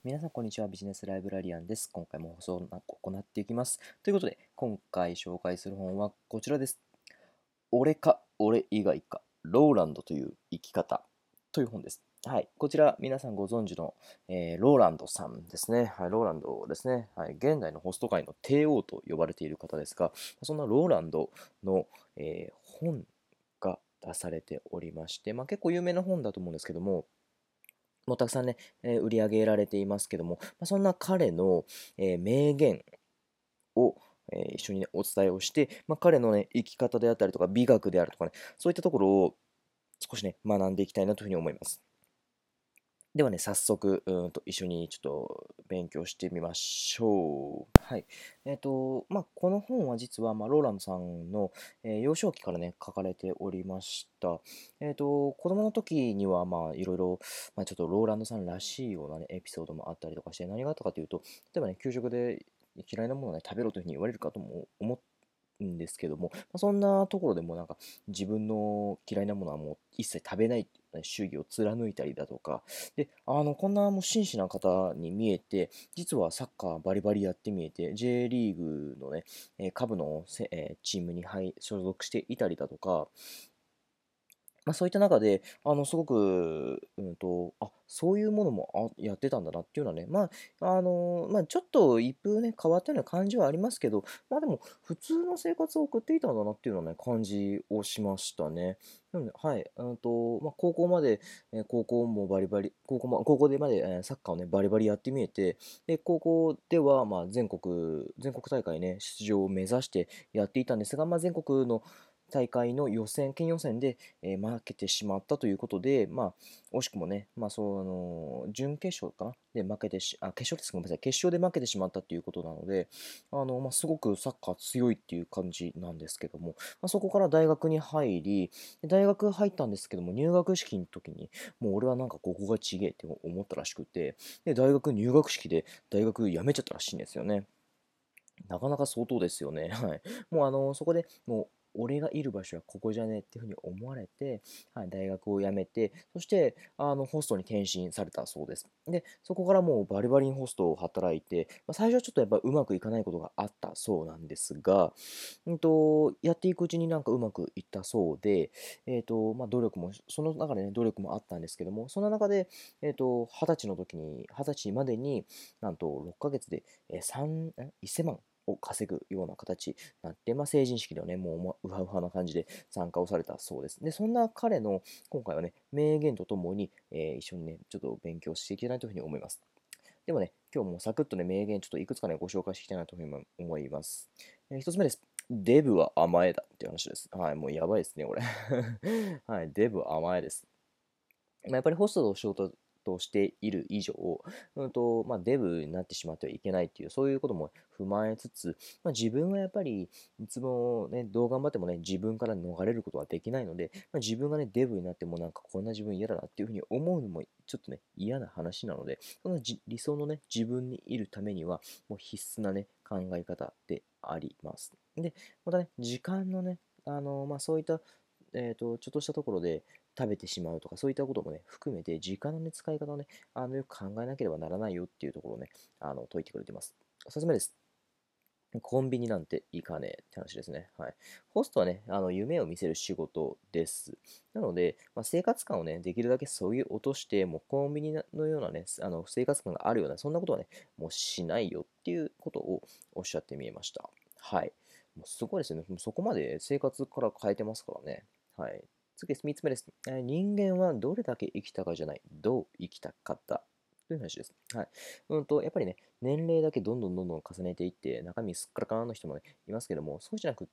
皆さん、こんにちは。ビジネスライブラリアンです。今回も放送を行っていきます。ということで、今回紹介する本はこちらです。俺か、俺以外か、ローランドという生き方という本です。はい。こちら、皆さんご存知の、ローランドさんですね。はい。ローランドですね。はい。現代のホスト界の帝王と呼ばれている方ですが、そんなローランドの、本が出されておりまして、結構有名な本だと思うんですけども、もうたくさんね、売り上げられていますけども、そんな彼の、名言を、一緒にね、お伝えをして、彼のね、生き方であったりとか、美学であるとかね、そういったところを少しね、学んでいきたいなというふうに思います。ではね、早速、一緒にちょっと勉強してみましょう。はい。この本は実は、ローランドさんの、幼少期からね、書かれておりました。子供の時には、いろいろ、ちょっとローランドさんらしいようなね、エピソードもあったりとかして、何があったかというと、例えばね、給食で嫌いなものをね、食べろというふうに言われるかとも思うんですけども、そんなところでもなんか自分の嫌いなものはもう一切食べないっていうね主義を貫いたりだとか、で、こんなもう真摯な方に見えて、実はサッカーバリバリやってみえて、J リーグのね、下部のチームに所属していたりだとか、そういった中で、すごく、そういうものもやってたんだなっていうのはね、ちょっと一風ね、変わったような感じはありますけど、でも、普通の生活を送っていたんだなっていうのはね、感じをしましたね。なので、はい、高校まで、高校もバリバリ、高校でまで、サッカーをね、バリバリやってみえて、で、高校では、全国大会ね、出場を目指してやっていたんですが、全国の大会の県予選で、負けてしまったということで、惜しくもね、準決勝かなで負けて決勝です。ごめんなさい。決勝で負けてしまったということなので、すごくサッカー強いっていう感じなんですけども、そこから大学に入り、大学入ったんですけども、入学式の時に、もう俺はなんかここがちげえって思ったらしくて、で、大学入学式で大学辞めちゃったらしいんですよね。なかなか相当ですよね。はい。もうそこでもう、俺がいる場所はここじゃねえっていうふうに思われて、はい、大学を辞めて、そして、ホストに転身されたそうです。で、そこからもうバリバリにホストを働いて、最初はちょっとやっぱうまくいかないことがあったそうなんですが、やっていくうちになんかうまくいったそうで、努力も、その中でね、努力もあったんですけども、その中で、20歳までに、なんと6ヶ月で、1000万を稼ぐような形になって、成人式ではね、もうウハウハな感じで参加をされたそうです。で、そんな彼の今回はね、名言とともに、一緒にね、ちょっと勉強していきたいなというふうに思います。でもね、今日もサクッとね、名言ちょっといくつかね、ご紹介していきたいなというふうに思います。一つ目です。デブは甘えだっていう話です。はい、もうやばいですね、これ。はい、デブは甘えです。やっぱりホストの仕事としている以上、デブになってしまってはいけないっていう、そういうことも踏まえつつ、自分はやっぱり、いつもね、どう頑張ってもね、自分から逃れることはできないので、自分がね、デブになってもなんかこんな自分嫌だなっていうふうに思うのも、ちょっとね、嫌な話なので、その理想のね、自分にいるためには、もう必須なね、考え方であります。で、またね、時間のね、そういった、ちょっとしたところで、食べてしまうとか、そういったこともね、含めて、時間のね、使い方をね、よく考えなければならないよっていうところをね、説いてくれています。2つ目です。コンビニなんて行かねえって話ですね。はい。ホストはね、夢を見せる仕事です。なので、生活感をね、できるだけそういう落として、もうコンビニのようなね、生活感があるような、そんなことはね、もうしないよっていうことをおっしゃってみえました。はい。もうすごいですよね。もうそこまで生活から変えてますからね。はい。次、3つ目です。人間はどれだけ生きたかじゃない、どう生きたかだという話です。はい。やっぱりね、年齢だけどんどん重ねていって、中身すっからかんの人もね、いますけども、そうじゃなくって、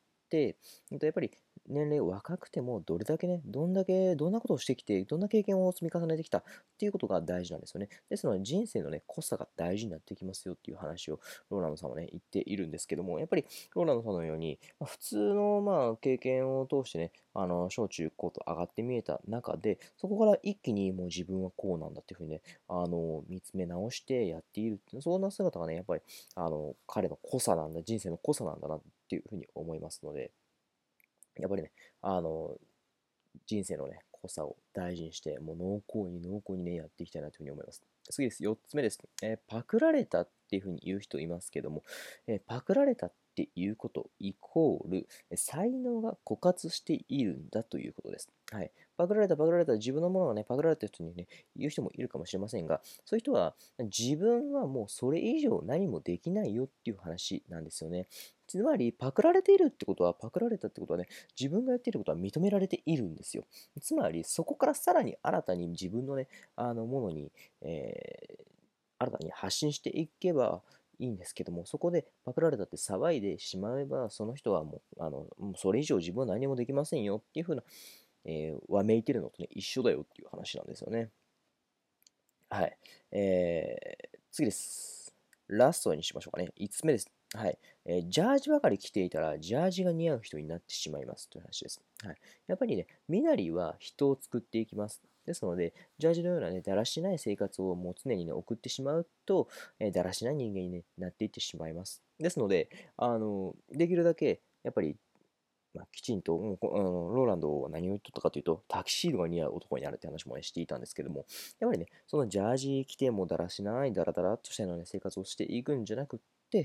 やっぱり年齢若くても、どれだけね、どんなことをしてきて、どんな経験を積み重ねてきたっていうことが大事なんですよね。ですので、人生のね、濃さが大事になってきますよっていう話を、ローランドさんはね、言っているんですけども、やっぱり、ローランドさんのように、普通の、経験を通してね、小中高と上がって見えた中で、そこから一気にもう自分はこうなんだっていうふうにね、見つめ直してやっているっていう、そんな姿がね、やっぱり、彼の濃さなんだ、人生の濃さなんだなっていうふうに思いますので、やっぱりね、あの、人生のね、濃さを大事にして、もう濃厚に濃厚にね、やっていきたいなというふうに思います。 次です。4つ目です。パクられたっていうふうに言う人いますけども、パクられたっていうことイコール、才能が枯渇しているんだということです。はい。パクられた、パクられた、自分のものがね、パクられた人にね、言う人もいるかもしれませんが、そういう人は、自分はもうそれ以上何もできないよっていう話なんですよね。つまり、パクられているってことは、パクられたってことはね、自分がやっていることは認められているんですよ。つまり、そこからさらに新たに自分のね、ものに、新たに発信していけばいいんですけども、そこでパクられたって騒いでしまえば、その人はもうそれ以上自分は何もできませんよっていうふうな、わめいてるのとね、一緒だよっていう話なんですよね。はい。次です。ラストにしましょうかね。5つ目です。はい。ジャージばかり着ていたら、ジャージが似合う人になってしまいますという話です。はい。やっぱりね、身なりは人を作っていきます。ですので、ジャージのようなね、だらしない生活をもう常にね、送ってしまうと、だらしない人間に、ね、なっていってしまいます。ですので、できるだけ、やっぱりきちんと、ローランドは何を言っとったかというと、タキシードが似合う男になるって話もね、していたんですけども、やっぱりね、そのジャージ着てもだらしない、だらだらっとしたような、ね、生活をしていくんじゃなくって、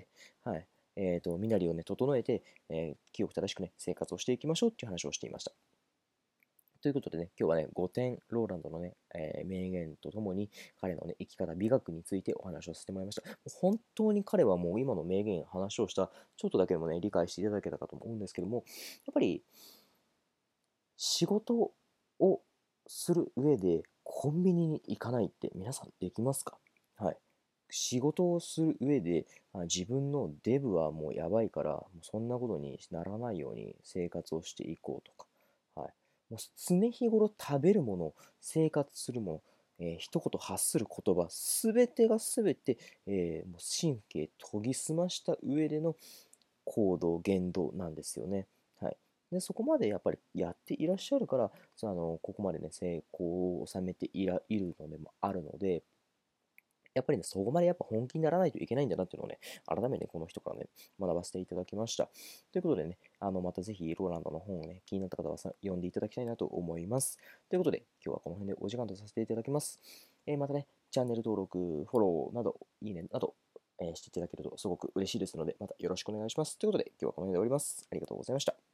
はい、身なりをね、整えて、清く正しくね、生活をしていきましょうっていう話をしていました。ということでね、今日はね、5点ローランドのね、名言とともに、彼のね、生き方、美学についてお話をさせてもらいました。本当に彼はもう今の名言、話をした、ちょっとだけでもね、理解していただけたかと思うんですけども、やっぱり、仕事をする上でコンビニに行かないって皆さんできますか？はい。仕事をする上で、自分のデブはもうやばいから、もうそんなことにならないように生活をしていこうとか、はい。もう常日頃食べるもの、生活するもの、一言発する言葉、すべてがすべて、もう神経研ぎ澄ました上での行動、言動なんですよね。はい。で、そこまでやっぱりやっていらっしゃるから、ここまでね、成功を収めているのでもあるので、やっぱりね、そこまでやっぱ本気にならないといけないんだなっていうのをね、改めてこの人からね、学ばせていただきました。ということでね、またぜひローランドの本をね、気になった方は読んでいただきたいなと思います。ということで、今日はこの辺でお時間とさせていただきます。またね、チャンネル登録、フォローなど、いいねなど、していただけるとすごく嬉しいですので、またよろしくお願いします。ということで、今日はこの辺で終わります。ありがとうございました。